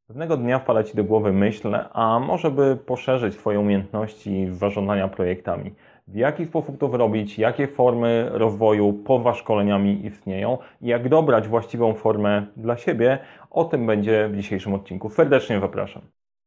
Pewnego dnia wpada Ci do głowy myśl, a może by poszerzyć Twoje umiejętności zarządzania projektami. W jaki sposób to zrobić, jakie formy rozwoju poza szkoleniami istnieją i jak dobrać właściwą formę dla siebie, o tym będzie w dzisiejszym odcinku. Serdecznie zapraszam.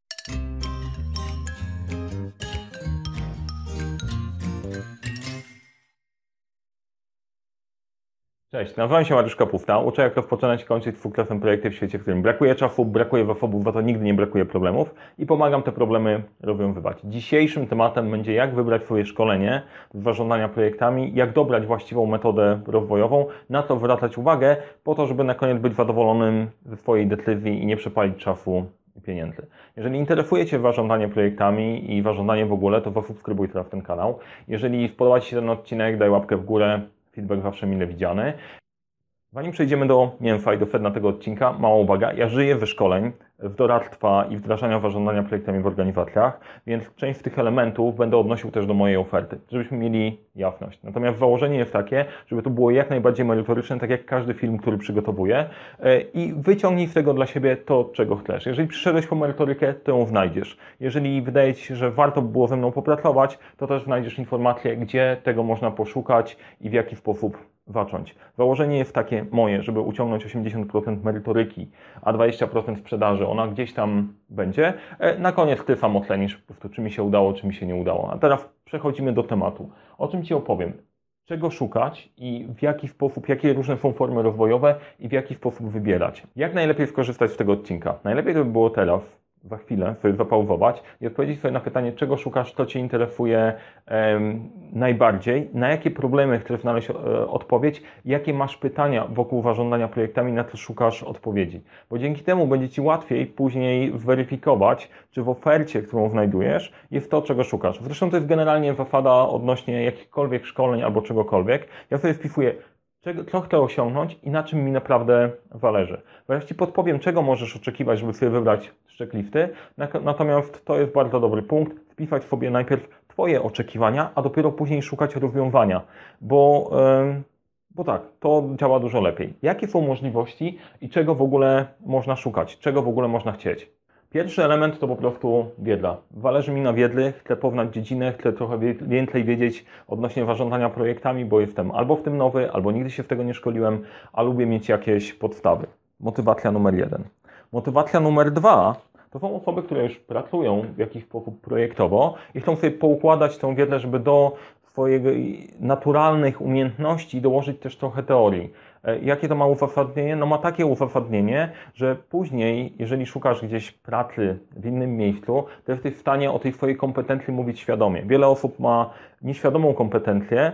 Cześć, nazywam się Mariusz Kapufta. Uczę, jak rozpoczynać i kończyć twórczym projekty w świecie, w którym brakuje czasu, brakuje zasobów, za to nigdy nie brakuje problemów i pomagam te problemy rozwiązywać. Dzisiejszym tematem będzie, jak wybrać swoje szkolenie z zarządzania projektami, jak dobrać właściwą metodę rozwojową, na to zwracać uwagę, po to, żeby na koniec być zadowolonym ze swojej decyzji i nie przepalić czasu i pieniędzy. Jeżeli interesuje Cię zarządzanie projektami i zarządzanie w ogóle, to zasubskrybuj teraz ten kanał. Jeżeli podoba Ci się ten odcinek, daj łapkę w górę. Feedback zawsze mile widziany. Zanim przejdziemy do mięsa i do sedna tego odcinka, mała uwaga, ja żyję ze szkoleń, z doradztwa i wdrażania zarządzania projektami w organizacjach, więc część z tych elementów będę odnosił też do mojej oferty, żebyśmy mieli jasność. Natomiast założenie jest takie, żeby to było jak najbardziej merytoryczne, tak jak każdy film, który przygotowuję, i wyciągnij z tego dla siebie to, czego chcesz. Jeżeli przyszedłeś po merytorykę, to ją znajdziesz. Jeżeli wydaje Ci się, że warto by było ze mną popracować, to też znajdziesz informacje, gdzie tego można poszukać i w jaki sposób zacząć. Założenie jest takie moje, żeby uciągnąć 80% merytoryki, a 20% sprzedaży. Ona gdzieś tam będzie. Na koniec Ty sam ocenisz, po prostu, czy mi się udało, czy mi się nie udało. A teraz przechodzimy do tematu. O czym Ci opowiem? Czego szukać i w jaki sposób, jakie różne są formy rozwojowe i w jaki sposób wybierać. Jak najlepiej skorzystać z tego odcinka? Najlepiej to by było teraz, za chwilę sobie zapauzować i odpowiedzieć sobie na pytanie, czego szukasz, co Cię interesuje najbardziej, na jakie problemy chcesz znaleźć odpowiedź, jakie masz pytania wokół zarządzania projektami, na co szukasz odpowiedzi. Bo dzięki temu będzie Ci łatwiej później zweryfikować, czy w ofercie, którą znajdujesz, jest to, czego szukasz. Zresztą to jest generalnie zasada odnośnie jakichkolwiek szkoleń albo czegokolwiek. Ja sobie wpisuję, co chcę osiągnąć i na czym mi naprawdę zależy. Bo ja Ci podpowiem, czego możesz oczekiwać, żeby sobie wybrać checklisty, natomiast to jest bardzo dobry punkt, wpisać sobie najpierw Twoje oczekiwania, a dopiero później szukać rozwiązania, bo tak, to działa dużo lepiej. Jakie są możliwości i czego w ogóle można szukać, czego w ogóle można chcieć? Pierwszy element to po prostu wiedza. Zależy mi na wiedzy, chcę poznać dziedzinę, chcę trochę więcej wiedzieć odnośnie zarządzania projektami, bo jestem albo w tym nowy, albo nigdy się w tego nie szkoliłem, a lubię mieć jakieś podstawy. Motywacja numer 1. Motywacja numer 2 to są osoby, które już pracują w jakiś sposób projektowo i chcą sobie poukładać tą wiedzę, żeby do swojej naturalnych umiejętności dołożyć też trochę teorii. Jakie to ma uzasadnienie? No ma takie uzasadnienie, że później, jeżeli szukasz gdzieś pracy w innym miejscu, to jesteś w stanie o tej swojej kompetencji mówić świadomie. Wiele osób ma nieświadomą kompetencję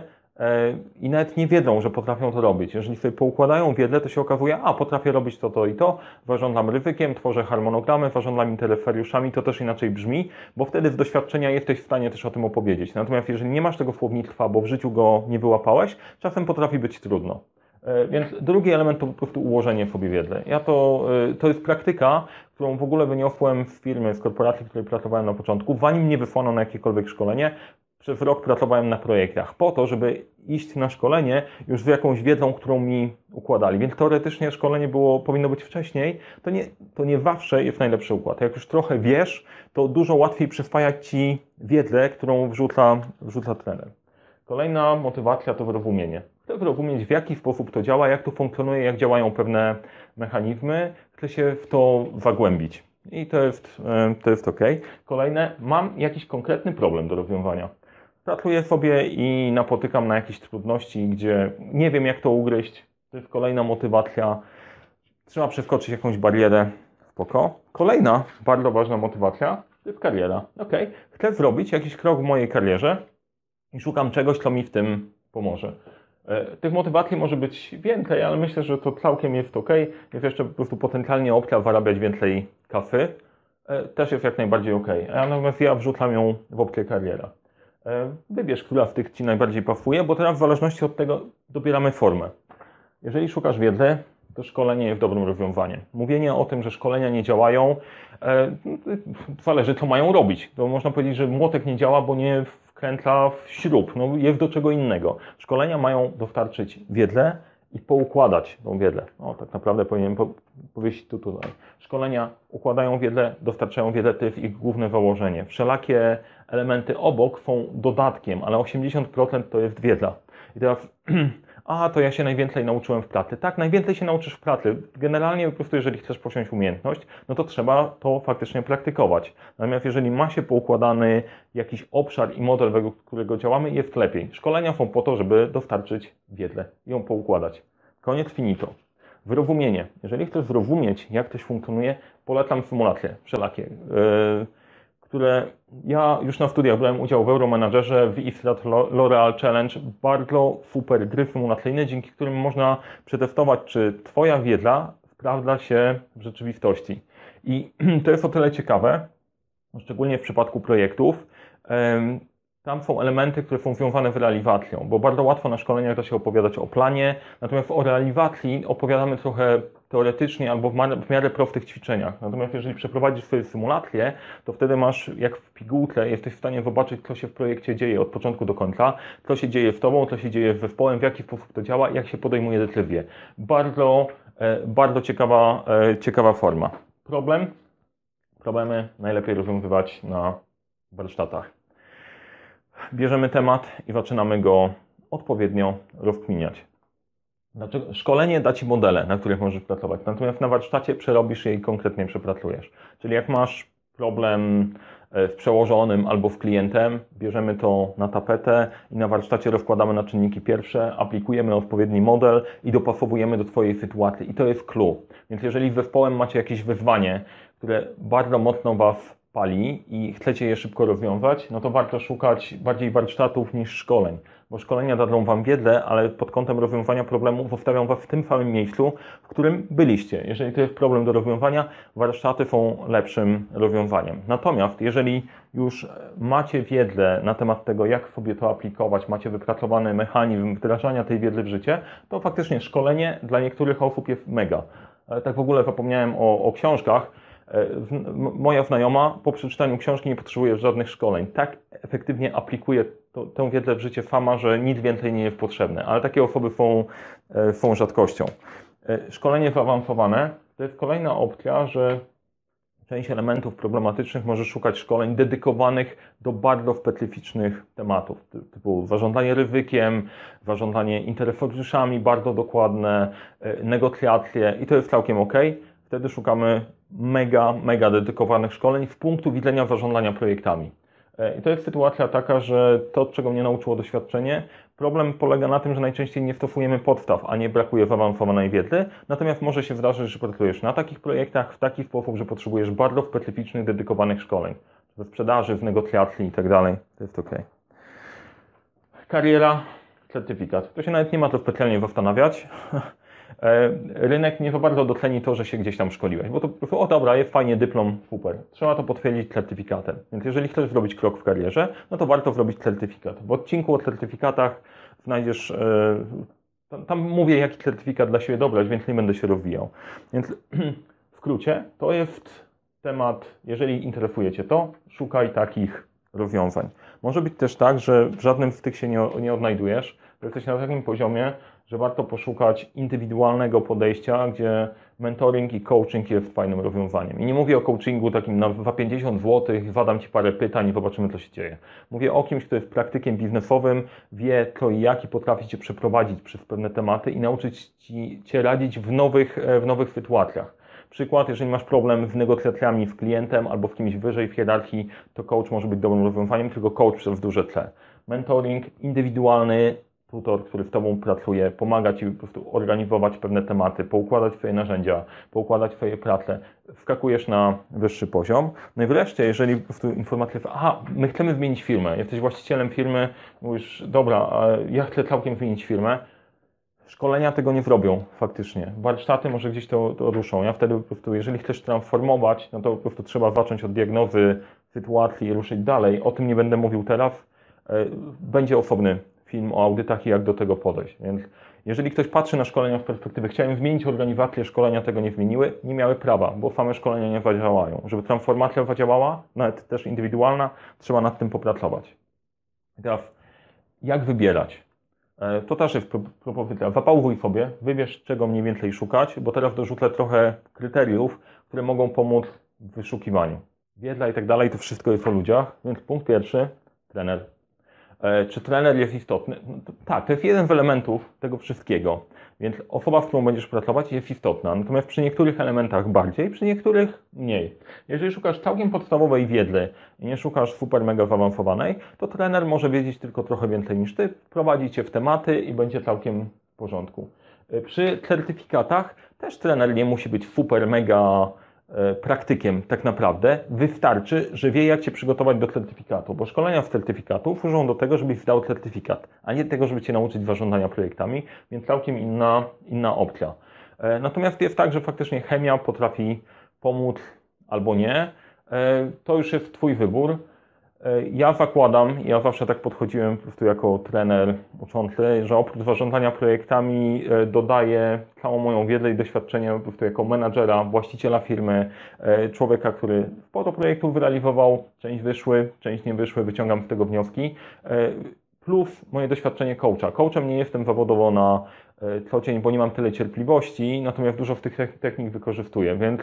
i nawet nie wiedzą, że potrafią to robić. Jeżeli sobie poukładają wiedzę, to się okazuje, potrafię robić to i to, zarządzam ryzykiem, tworzę harmonogramy, zarządzam interesariuszami, to też inaczej brzmi, bo wtedy z doświadczenia jesteś w stanie też o tym opowiedzieć. Natomiast jeżeli nie masz tego słownictwa, bo w życiu go nie wyłapałeś, czasem potrafi być trudno. Więc drugi element to po prostu ułożenie sobie wiedzy. To jest praktyka, którą w ogóle wyniosłem z firmy, z korporacji, w której pracowałem na początku, zanim mnie wysłano na jakiekolwiek szkolenie. Przez rok pracowałem na projektach po to, żeby iść na szkolenie już z jakąś wiedzą, którą mi układali. Więc teoretycznie szkolenie powinno być wcześniej. To nie zawsze jest najlepszy układ. Jak już trochę wiesz, to dużo łatwiej przyswajać Ci wiedzę, którą wrzuca trener. Kolejna motywacja to zrozumienie. Chcę zrozumieć, w jaki sposób to działa, jak to funkcjonuje, jak działają pewne mechanizmy. Chcę się w to zagłębić. I to jest ok. Kolejne, mam jakiś konkretny problem do rozwiązania. Pracuję sobie i napotykam na jakieś trudności, gdzie nie wiem, jak to ugryźć. To jest kolejna motywacja. Trzeba przeskoczyć jakąś barierę. Spoko. Kolejna bardzo ważna motywacja to jest kariera. Ok. Chcę zrobić jakiś krok w mojej karierze i szukam czegoś, co mi w tym pomoże. Tych motywacji może być więcej, ale myślę, że to całkiem jest ok. Jest jeszcze po prostu potencjalnie opcja zarabiać więcej kasy. Też jest jak najbardziej ok. Natomiast ja wrzucam ją w opcję kariera. Wybierz, która z tych Ci najbardziej pasuje, bo teraz w zależności od tego dobieramy formę. Jeżeli szukasz wiedzy, to szkolenie jest dobrym rozwiązaniem. Mówienie o tym, że szkolenia nie działają, zależy, co mają robić. To można powiedzieć, że młotek nie działa, bo nie wkręca w śrub. Jest do czego innego. Szkolenia mają dostarczyć wiedzę i poukładać tą wiedlę. O, tak naprawdę powinienem powiedzieć tutaj. Szkolenia układają wiedlę, dostarczają wiedlę, to jest ich główne założenie. Wszelakie elementy obok są dodatkiem, ale 80% to jest wiedla. I teraz, to ja się najwięcej nauczyłem w pracy. Tak, najwięcej się nauczysz w pracy. Generalnie po prostu, jeżeli chcesz posiąść umiejętność, no to trzeba to faktycznie praktykować. Natomiast jeżeli ma się poukładany jakiś obszar i model, według którego działamy, jest lepiej. Szkolenia są po to, żeby dostarczyć wiedzę i ją poukładać. Koniec finito. Wyrozumienie. Jeżeli chcesz zrozumieć, jak coś funkcjonuje, polecam symulacje wszelakie, które ja już na studiach brałem udział w Euromanagerze, w IFRAD L'Oreal Challenge. Bardzo super gry symulacyjne, dzięki którym można przetestować, czy Twoja wiedza sprawdza się w rzeczywistości. I to jest o tyle ciekawe, szczególnie w przypadku projektów. Tam są elementy, które są związane z realizacją, bo bardzo łatwo na szkoleniach da się opowiadać o planie, natomiast o realizacji opowiadamy trochę teoretycznie albo w miarę prostych ćwiczeniach. Natomiast jeżeli przeprowadzisz swoje symulacje, to wtedy masz, jak w pigułce, jesteś w stanie zobaczyć, co się w projekcie dzieje od początku do końca, co się dzieje z Tobą, co się dzieje z zespołem, w jaki sposób to działa, jak się podejmuje decyzje. Bardzo ciekawa forma. Problemy najlepiej rozwiązywać na warsztatach. Bierzemy temat i zaczynamy go odpowiednio rozkminiać. Szkolenie da Ci modele, na których możesz pracować, natomiast na warsztacie przerobisz je i konkretnie przepracujesz. Czyli jak masz problem z przełożonym albo z klientem, bierzemy to na tapetę i na warsztacie rozkładamy na czynniki pierwsze, aplikujemy odpowiedni model i dopasowujemy do Twojej sytuacji. I to jest clue. Więc jeżeli z zespołem macie jakieś wyzwanie, które bardzo mocno Was pali i chcecie je szybko rozwiązać, no to warto szukać bardziej warsztatów niż szkoleń, bo szkolenia dadzą Wam wiedzę, ale pod kątem rozwiązania problemu zostawią Was w tym samym miejscu, w którym byliście. Jeżeli to jest problem do rozwiązania, warsztaty są lepszym rozwiązaniem. Natomiast jeżeli już macie wiedzę na temat tego, jak sobie to aplikować, macie wypracowany mechanizm wdrażania tej wiedzy w życie, to faktycznie szkolenie dla niektórych osób jest mega. Ale tak w ogóle zapomniałem o książkach. Moja znajoma po przeczytaniu książki nie potrzebuje żadnych szkoleń. Tak efektywnie aplikuje tę wiedzę w życie sama, że nic więcej nie jest potrzebne. Ale takie osoby są rzadkością. Szkolenie zaawansowane to jest kolejna opcja, że część elementów problematycznych może szukać szkoleń dedykowanych do bardzo specyficznych tematów, typu zarządzanie ryzykiem, zarządzanie interesariuszami bardzo dokładne, negocjacje i to jest całkiem ok. Wtedy szukamy mega dedykowanych szkoleń z punktu widzenia zarządzania projektami. I to jest sytuacja taka, że to, czego mnie nauczyło doświadczenie, problem polega na tym, że najczęściej nie stosujemy podstaw, a nie brakuje zaawansowanej wiedzy, natomiast może się zdarzyć, że pracujesz na takich projektach w taki sposób, że potrzebujesz bardzo specyficznych, dedykowanych szkoleń. We sprzedaży, w negocjacji i tak dalej. To jest ok. Kariera, certyfikat. To się nawet nie ma co specjalnie zastanawiać. Rynek nie za bardzo doceni to, że się gdzieś tam szkoliłeś, bo to o dobra, jest fajnie, dyplom, super. Trzeba to potwierdzić certyfikatem. Więc jeżeli chcesz zrobić krok w karierze, no to warto zrobić certyfikat. W odcinku o certyfikatach znajdziesz, tam mówię, jaki certyfikat dla siebie dobrać, więc nie będę się rozwijał. Więc w skrócie, to jest temat, jeżeli interesuje Cię to, szukaj takich rozwiązań. Może być też tak, że w żadnym z tych się nie odnajdujesz, że jesteś na takim poziomie, że warto poszukać indywidualnego podejścia, gdzie mentoring i coaching jest fajnym rozwiązaniem. I nie mówię o coachingu takim za 50 zł, zadam Ci parę pytań i zobaczymy, co się dzieje. Mówię o kimś, kto jest praktykiem biznesowym, wie co i jak i potrafi Cię przeprowadzić przez pewne tematy i nauczyć Cię radzić w nowych sytuacjach. Przykład, jeżeli masz problem z negocjacjami z klientem albo z kimś wyżej w hierarchii, to coach może być dobrym rozwiązaniem, tylko coach przez duże C. Mentoring indywidualny, tutor, który z Tobą pracuje, pomaga Ci po prostu organizować pewne tematy, poukładać swoje narzędzia, poukładać swoje prace, wskakujesz na wyższy poziom. No i wreszcie, jeżeli po prostu informacja jest, my chcemy zmienić firmę, jesteś właścicielem firmy, mówisz, dobra, ja chcę całkiem zmienić firmę, szkolenia tego nie zrobią faktycznie. Warsztaty może gdzieś to ruszą. Ja wtedy po prostu, jeżeli chcesz transformować, no to po prostu trzeba zacząć od diagnozy sytuacji i ruszyć dalej. O tym nie będę mówił teraz. Będzie osobny film o audytach i jak do tego podejść. Więc jeżeli ktoś patrzy na szkolenia z perspektywy, chciałem zmienić organizację, szkolenia tego nie zmieniły, nie miały prawa, bo same szkolenia nie zadziałają. Żeby transformacja zadziałała, nawet też indywidualna, trzeba nad tym popracować. I teraz, jak wybierać? To też jest propozycja. Zapauzuj sobie, wybierz czego mniej więcej szukać, bo teraz dorzucę trochę kryteriów, które mogą pomóc w wyszukiwaniu. Wiedza i tak dalej, to wszystko jest o ludziach, więc punkt pierwszy, trener. Czy trener jest istotny? No tak, to jest jeden z elementów tego wszystkiego, więc osoba, z którą będziesz pracować, jest istotna, natomiast przy niektórych elementach bardziej, przy niektórych mniej. Jeżeli szukasz całkiem podstawowej wiedzy i nie szukasz super mega zaawansowanej, to trener może wiedzieć tylko trochę więcej niż ty, wprowadzi cię w tematy i będzie całkiem w porządku. Przy certyfikatach też trener nie musi być super mega praktykiem tak naprawdę. Wystarczy, że wie, jak Cię przygotować do certyfikatu, bo szkolenia z certyfikatów służą do tego, żebyś zdał certyfikat, a nie tego, żeby Cię nauczyć zarządzania projektami, więc całkiem inna opcja. Natomiast jest tak, że faktycznie chemia potrafi pomóc albo nie. To już jest Twój wybór. Ja zakładam, ja zawsze tak podchodziłem po prostu jako trener uczący, że oprócz zarządzania projektami dodaję całą moją wiedzę i doświadczenie po prostu jako menadżera, właściciela firmy, człowieka, który sporo projektów wyrealizował, część wyszły, część nie wyszły, wyciągam z tego wnioski, plus moje doświadczenie coacha. Coachem nie jestem zawodowo na co dzień, bo nie mam tyle cierpliwości, natomiast dużo z tych technik wykorzystuję, więc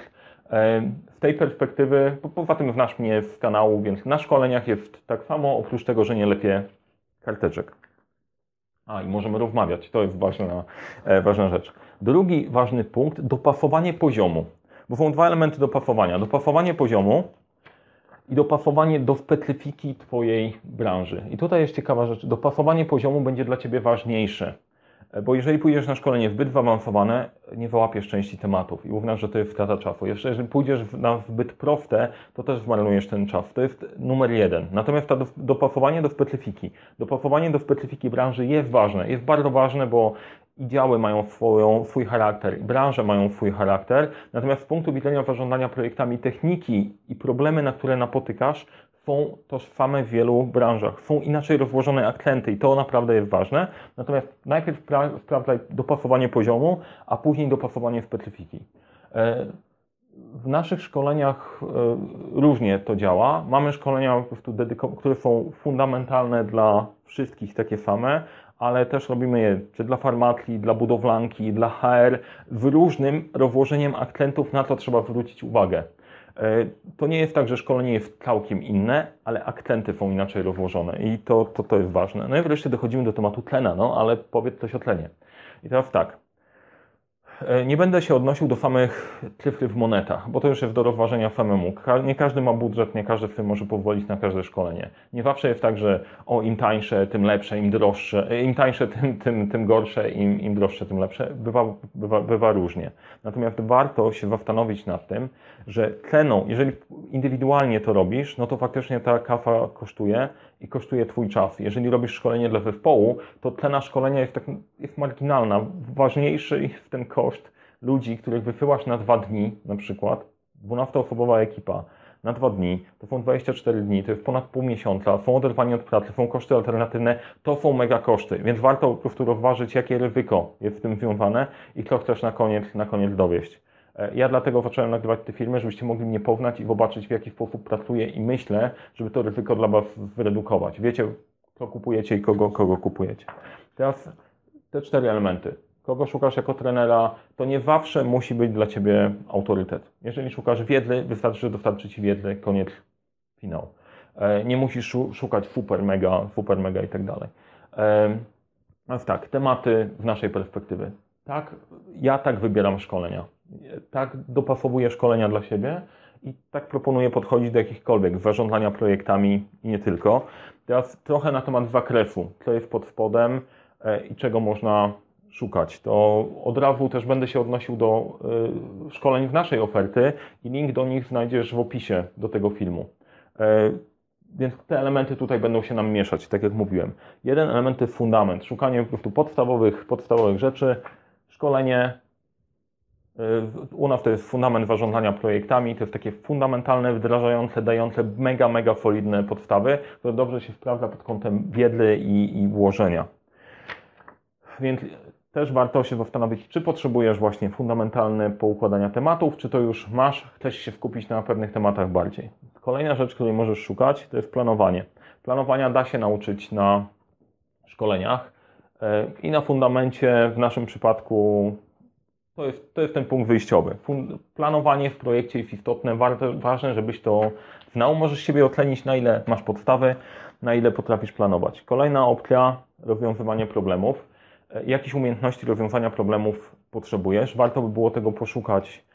z tej perspektywy, poza tym znasz mnie z kanału, więc na szkoleniach jest tak samo, oprócz tego, że nie lepiej karteczek. I możemy rozmawiać, to jest ważna rzecz. Drugi ważny punkt, dopasowanie poziomu, bo są dwa elementy dopasowania. Dopasowanie poziomu i dopasowanie do specyfiki Twojej branży. I tutaj jest ciekawa rzecz, dopasowanie poziomu będzie dla Ciebie ważniejsze. Bo jeżeli pójdziesz na szkolenie zbyt zaawansowane, nie wyłapiesz części tematów i uznasz, że to jest strata czasu. Jeszcze jeżeli pójdziesz na zbyt proste, to też zmarnujesz ten czas. To jest numer jeden. Natomiast to dopasowanie do specyfiki. Dopasowanie do specyfiki branży jest ważne. Jest bardzo ważne, bo i działy mają swój charakter, i branże mają swój charakter. Natomiast z punktu widzenia zarządzania projektami, techniki i problemy, na które napotykasz, są tożsame w wielu branżach. Są inaczej rozłożone akcenty i to naprawdę jest ważne. Natomiast najpierw sprawdzaj dopasowanie poziomu, a później dopasowanie specyfiki. W naszych szkoleniach różnie to działa. Mamy szkolenia po prostu które są fundamentalne dla wszystkich takie same, ale też robimy je czy dla farmacji, dla budowlanki, dla HR, z różnym rozłożeniem akcentów, na co trzeba zwrócić uwagę. To nie jest tak, że szkolenie jest całkiem inne, ale akcenty są inaczej rozłożone i to jest ważne. No i wreszcie dochodzimy do tematu tlena, ale powiedz coś o tlenie. I teraz tak, nie będę się odnosił do samych cyfr w monetach, bo to już jest do rozważenia samemu. Nie każdy ma budżet, nie każdy sobie może pozwolić na każde szkolenie. Nie zawsze jest tak, że im tańsze, tym lepsze, im droższe, im tańsze, tym gorsze, im droższe, tym lepsze. Bywa różnie. Natomiast warto się zastanowić nad tym, że ceną, jeżeli indywidualnie to robisz, no to faktycznie ta kawa kosztuje i kosztuje Twój czas. Jeżeli robisz szkolenie dla zespołu, to cena szkolenia jest marginalna. Ważniejszy jest ten koszt ludzi, których wysyłasz na 2 dni, na przykład 12-osobowa ekipa na 2 dni, to są 24 dni, to jest ponad pół miesiąca, są oderwani od pracy, są koszty alternatywne, to są mega koszty, więc warto po prostu rozważyć, jakie ryzyko jest z tym związane i co chcesz na koniec dowieść. Ja dlatego zacząłem nagrywać te filmy, żebyście mogli mnie poznać i zobaczyć, w jaki sposób pracuję i myślę, żeby to ryzyko dla Was zredukować. Wiecie, co kupujecie i kogo kupujecie. Teraz te 4 elementy. Kogo szukasz jako trenera, to nie zawsze musi być dla Ciebie autorytet. Jeżeli szukasz wiedzy, wystarczy, że dostarczy Ci wiedzę, koniec, finał. Nie musisz szukać super mega i tak dalej. Więc tak, tematy z naszej perspektywy. Tak, ja tak wybieram szkolenia. Tak dopasowuję szkolenia dla siebie i tak proponuję podchodzić do jakichkolwiek zarządzania projektami i nie tylko. Teraz trochę na temat zakresu, co jest pod spodem i czego można szukać. To od razu też będę się odnosił do szkoleń w naszej oferty i link do nich znajdziesz w opisie do tego filmu. Więc te elementy tutaj będą się nam mieszać, tak jak mówiłem. Jeden element to jest fundament, szukanie po prostu podstawowych rzeczy. Szkolenie u nas to jest fundament zarządzania projektami, to jest takie fundamentalne, wdrażające, dające mega solidne podstawy, które dobrze się sprawdza pod kątem wiedzy i włożenia. Więc też warto się zastanowić, czy potrzebujesz właśnie fundamentalne poukładania tematów, czy to już masz, chcesz się skupić na pewnych tematach bardziej. Kolejna rzecz, której możesz szukać, to jest planowanie. Planowania da się nauczyć na szkoleniach. I na fundamencie w naszym przypadku to jest ten punkt wyjściowy. Planowanie w projekcie jest istotne, ważne, żebyś to znał. Możesz siebie ocenić, na ile masz podstawy, na ile potrafisz planować. Kolejna opcja, rozwiązywanie problemów. Jakieś umiejętności rozwiązania problemów potrzebujesz. Warto by było tego poszukać.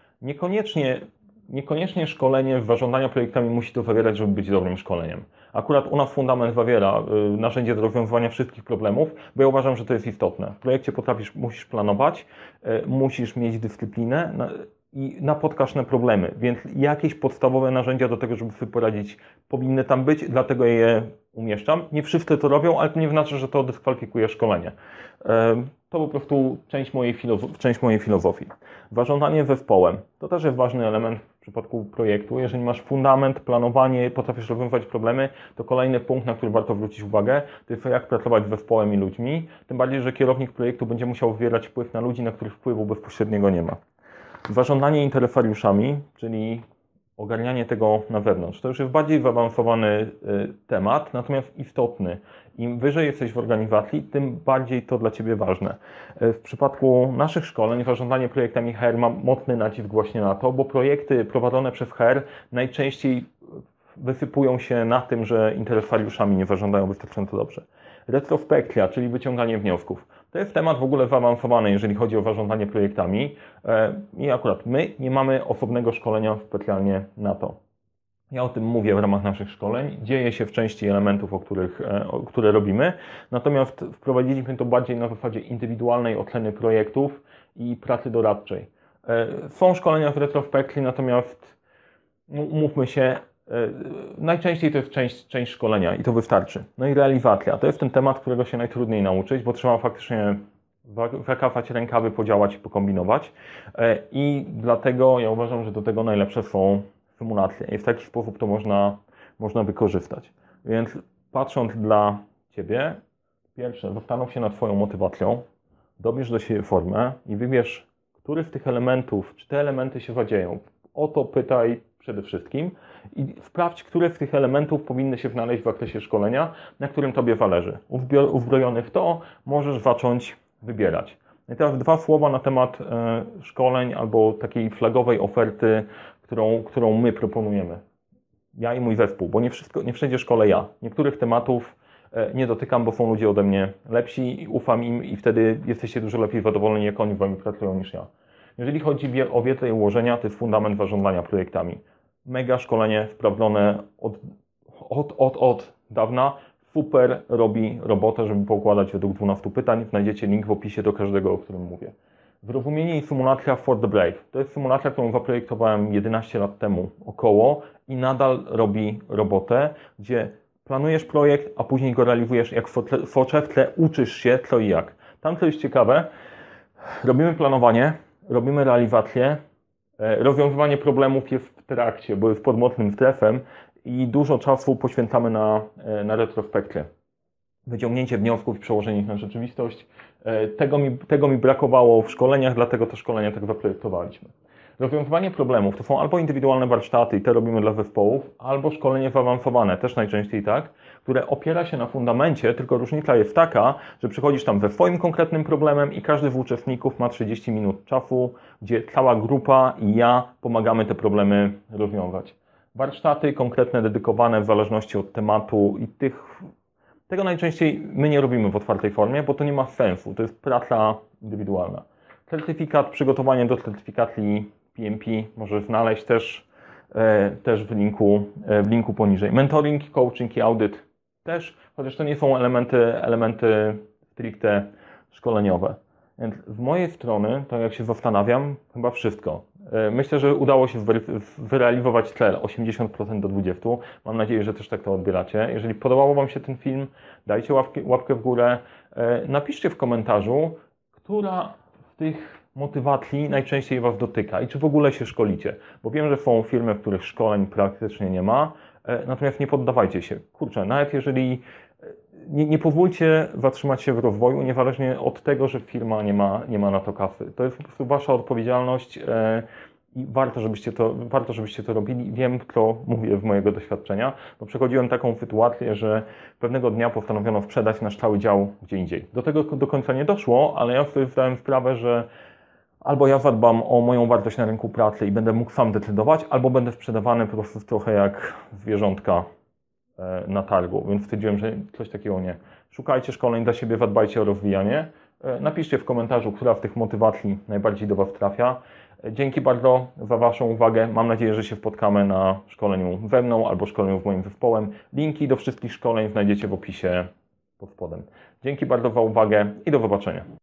Niekoniecznie szkolenie w zarządzaniu projektami musi to zawierać, żeby być dobrym szkoleniem. Akurat u nas fundament zawiera narzędzie do rozwiązywania wszystkich problemów, bo ja uważam, że to jest istotne. W projekcie musisz planować, musisz mieć dyscyplinę i napotkasz problemy, więc jakieś podstawowe narzędzia do tego, żeby sobie poradzić, powinny tam być, dlatego je umieszczam. Nie wszyscy to robią, ale to nie znaczy, że to dyskwalifikuje szkolenie. To po prostu część mojej filozofii. Zarządzanie zespołem. To też jest ważny element w przypadku projektu. Jeżeli masz fundament, planowanie, potrafisz rozwiązywać problemy, to kolejny punkt, na który warto zwrócić uwagę, to jest jak pracować z zespołem i ludźmi. Tym bardziej, że kierownik projektu będzie musiał wywierać wpływ na ludzi, na których wpływu bezpośredniego nie ma. Zarządzanie interesariuszami, czyli ogarnianie tego na wewnątrz. To już jest bardziej zaawansowany temat, natomiast istotny. Im wyżej jesteś w organizacji, tym bardziej to dla Ciebie ważne. W przypadku naszych szkoleń zarządzanie projektami HR ma mocny nacisk właśnie na to, bo projekty prowadzone przez HR najczęściej wysypują się na tym, że interesariuszami nie zarządzają wystarczająco dobrze. Retrospekcja, czyli wyciąganie wniosków. To jest temat w ogóle zaawansowany, jeżeli chodzi o zarządzanie projektami i akurat my nie mamy osobnego szkolenia specjalnie na to. Ja o tym mówię w ramach naszych szkoleń, dzieje się w części elementów, które robimy, natomiast wprowadziliśmy to bardziej na zasadzie indywidualnej oceny projektów i pracy doradczej. Są szkolenia w retrospekcji, natomiast umówmy się, najczęściej to jest część szkolenia i to wystarczy. No i realizacja. To jest ten temat, którego się najtrudniej nauczyć, bo trzeba faktycznie zakapać rękawy, podziałać i pokombinować. I dlatego ja uważam, że do tego najlepsze są symulacje. I w taki sposób to można wykorzystać. Więc patrząc dla Ciebie, pierwsze, zastanów się nad Twoją motywacją, dobierz do siebie formę i wybierz, który z tych elementów, czy te elementy się zadzieją. O to pytaj przede wszystkim i sprawdź, które z tych elementów powinny się znaleźć w zakresie szkolenia, na którym Tobie zależy. Uzbrojony w to możesz zacząć wybierać. I teraz 2 słowa na temat szkoleń albo takiej flagowej oferty, którą my proponujemy. Ja i mój zespół, bo nie wszędzie szkolę ja. Niektórych tematów nie dotykam, bo są ludzie ode mnie lepsi i ufam im i wtedy jesteście dużo lepiej zadowoleni, jak oni z Wami pracują niż ja. Jeżeli chodzi o wiedzę i ułożenia, to jest fundament zarządzania projektami. Mega szkolenie sprawdzone od dawna. Super robi robotę, żeby poukładać według 12 pytań. Znajdziecie link w opisie do każdego, o którym mówię. Zrozumienie i symulacja For the Brave. To jest symulacja, którą zaprojektowałem 11 lat temu około i nadal robi robotę, gdzie planujesz projekt, a później go realizujesz jak w soczewce, uczysz się co i jak. Tam co jest ciekawe, robimy planowanie, robimy realizację, rozwiązywanie problemów jest w trakcie, bo jest pod mocnym stresem i dużo czasu poświęcamy na retrospekcję. Wyciągnięcie wniosków i przełożenie ich na rzeczywistość. Tego mi brakowało w szkoleniach, dlatego te szkolenia tak zaprojektowaliśmy. Rozwiązywanie problemów to są albo indywidualne warsztaty i te robimy dla zespołów, albo szkolenie zaawansowane, też najczęściej tak, które opiera się na fundamencie, tylko różnica jest taka, że przychodzisz tam ze swoim konkretnym problemem i każdy z uczestników ma 30 minut czasu, gdzie cała grupa i ja pomagamy te problemy rozwiązać. Warsztaty konkretne, dedykowane w zależności od tematu i tego najczęściej my nie robimy w otwartej formie, bo to nie ma sensu, to jest praca indywidualna. Certyfikat, przygotowanie do certyfikacji PMP możesz znaleźć też w linku poniżej. Mentoring, coaching i audyt też, chociaż to nie są elementy stricte szkoleniowe. Więc z mojej strony, tak jak się zastanawiam, chyba wszystko. Myślę, że udało się wyrealizować cel 80% do 20%. Mam nadzieję, że też tak to odbieracie. Jeżeli podobał Wam się ten film, dajcie łapkę w górę. Napiszcie w komentarzu, która z tych motywacji najczęściej Was dotyka i czy w ogóle się szkolicie. Bo wiem, że są firmy, w których szkoleń praktycznie nie ma, natomiast nie poddawajcie się. Kurczę, nawet jeżeli nie pozwólcie zatrzymać się w rozwoju, niezależnie od tego, że firma nie ma na to kasy. To jest po prostu Wasza odpowiedzialność I warto, żebyście to robili. Wiem, to mówię w mojego doświadczenia, bo przechodziłem taką sytuację, że pewnego dnia postanowiono sprzedać nasz cały dział gdzie indziej. Do tego do końca nie doszło, ale ja sobie zdałem sprawę, że albo ja zadbam o moją wartość na rynku pracy i będę mógł sam decydować, albo będę sprzedawany po prostu trochę jak zwierzątka na targu, więc stwierdziłem, że coś takiego nie. Szukajcie szkoleń dla siebie, zadbajcie o rozwijanie. Napiszcie w komentarzu, która z tych motywacji najbardziej do Was trafia. Dzięki bardzo za Waszą uwagę. Mam nadzieję, że się spotkamy na szkoleniu ze mną albo szkoleniu z moim zespołem. Linki do wszystkich szkoleń znajdziecie w opisie pod spodem. Dzięki bardzo za uwagę i do zobaczenia.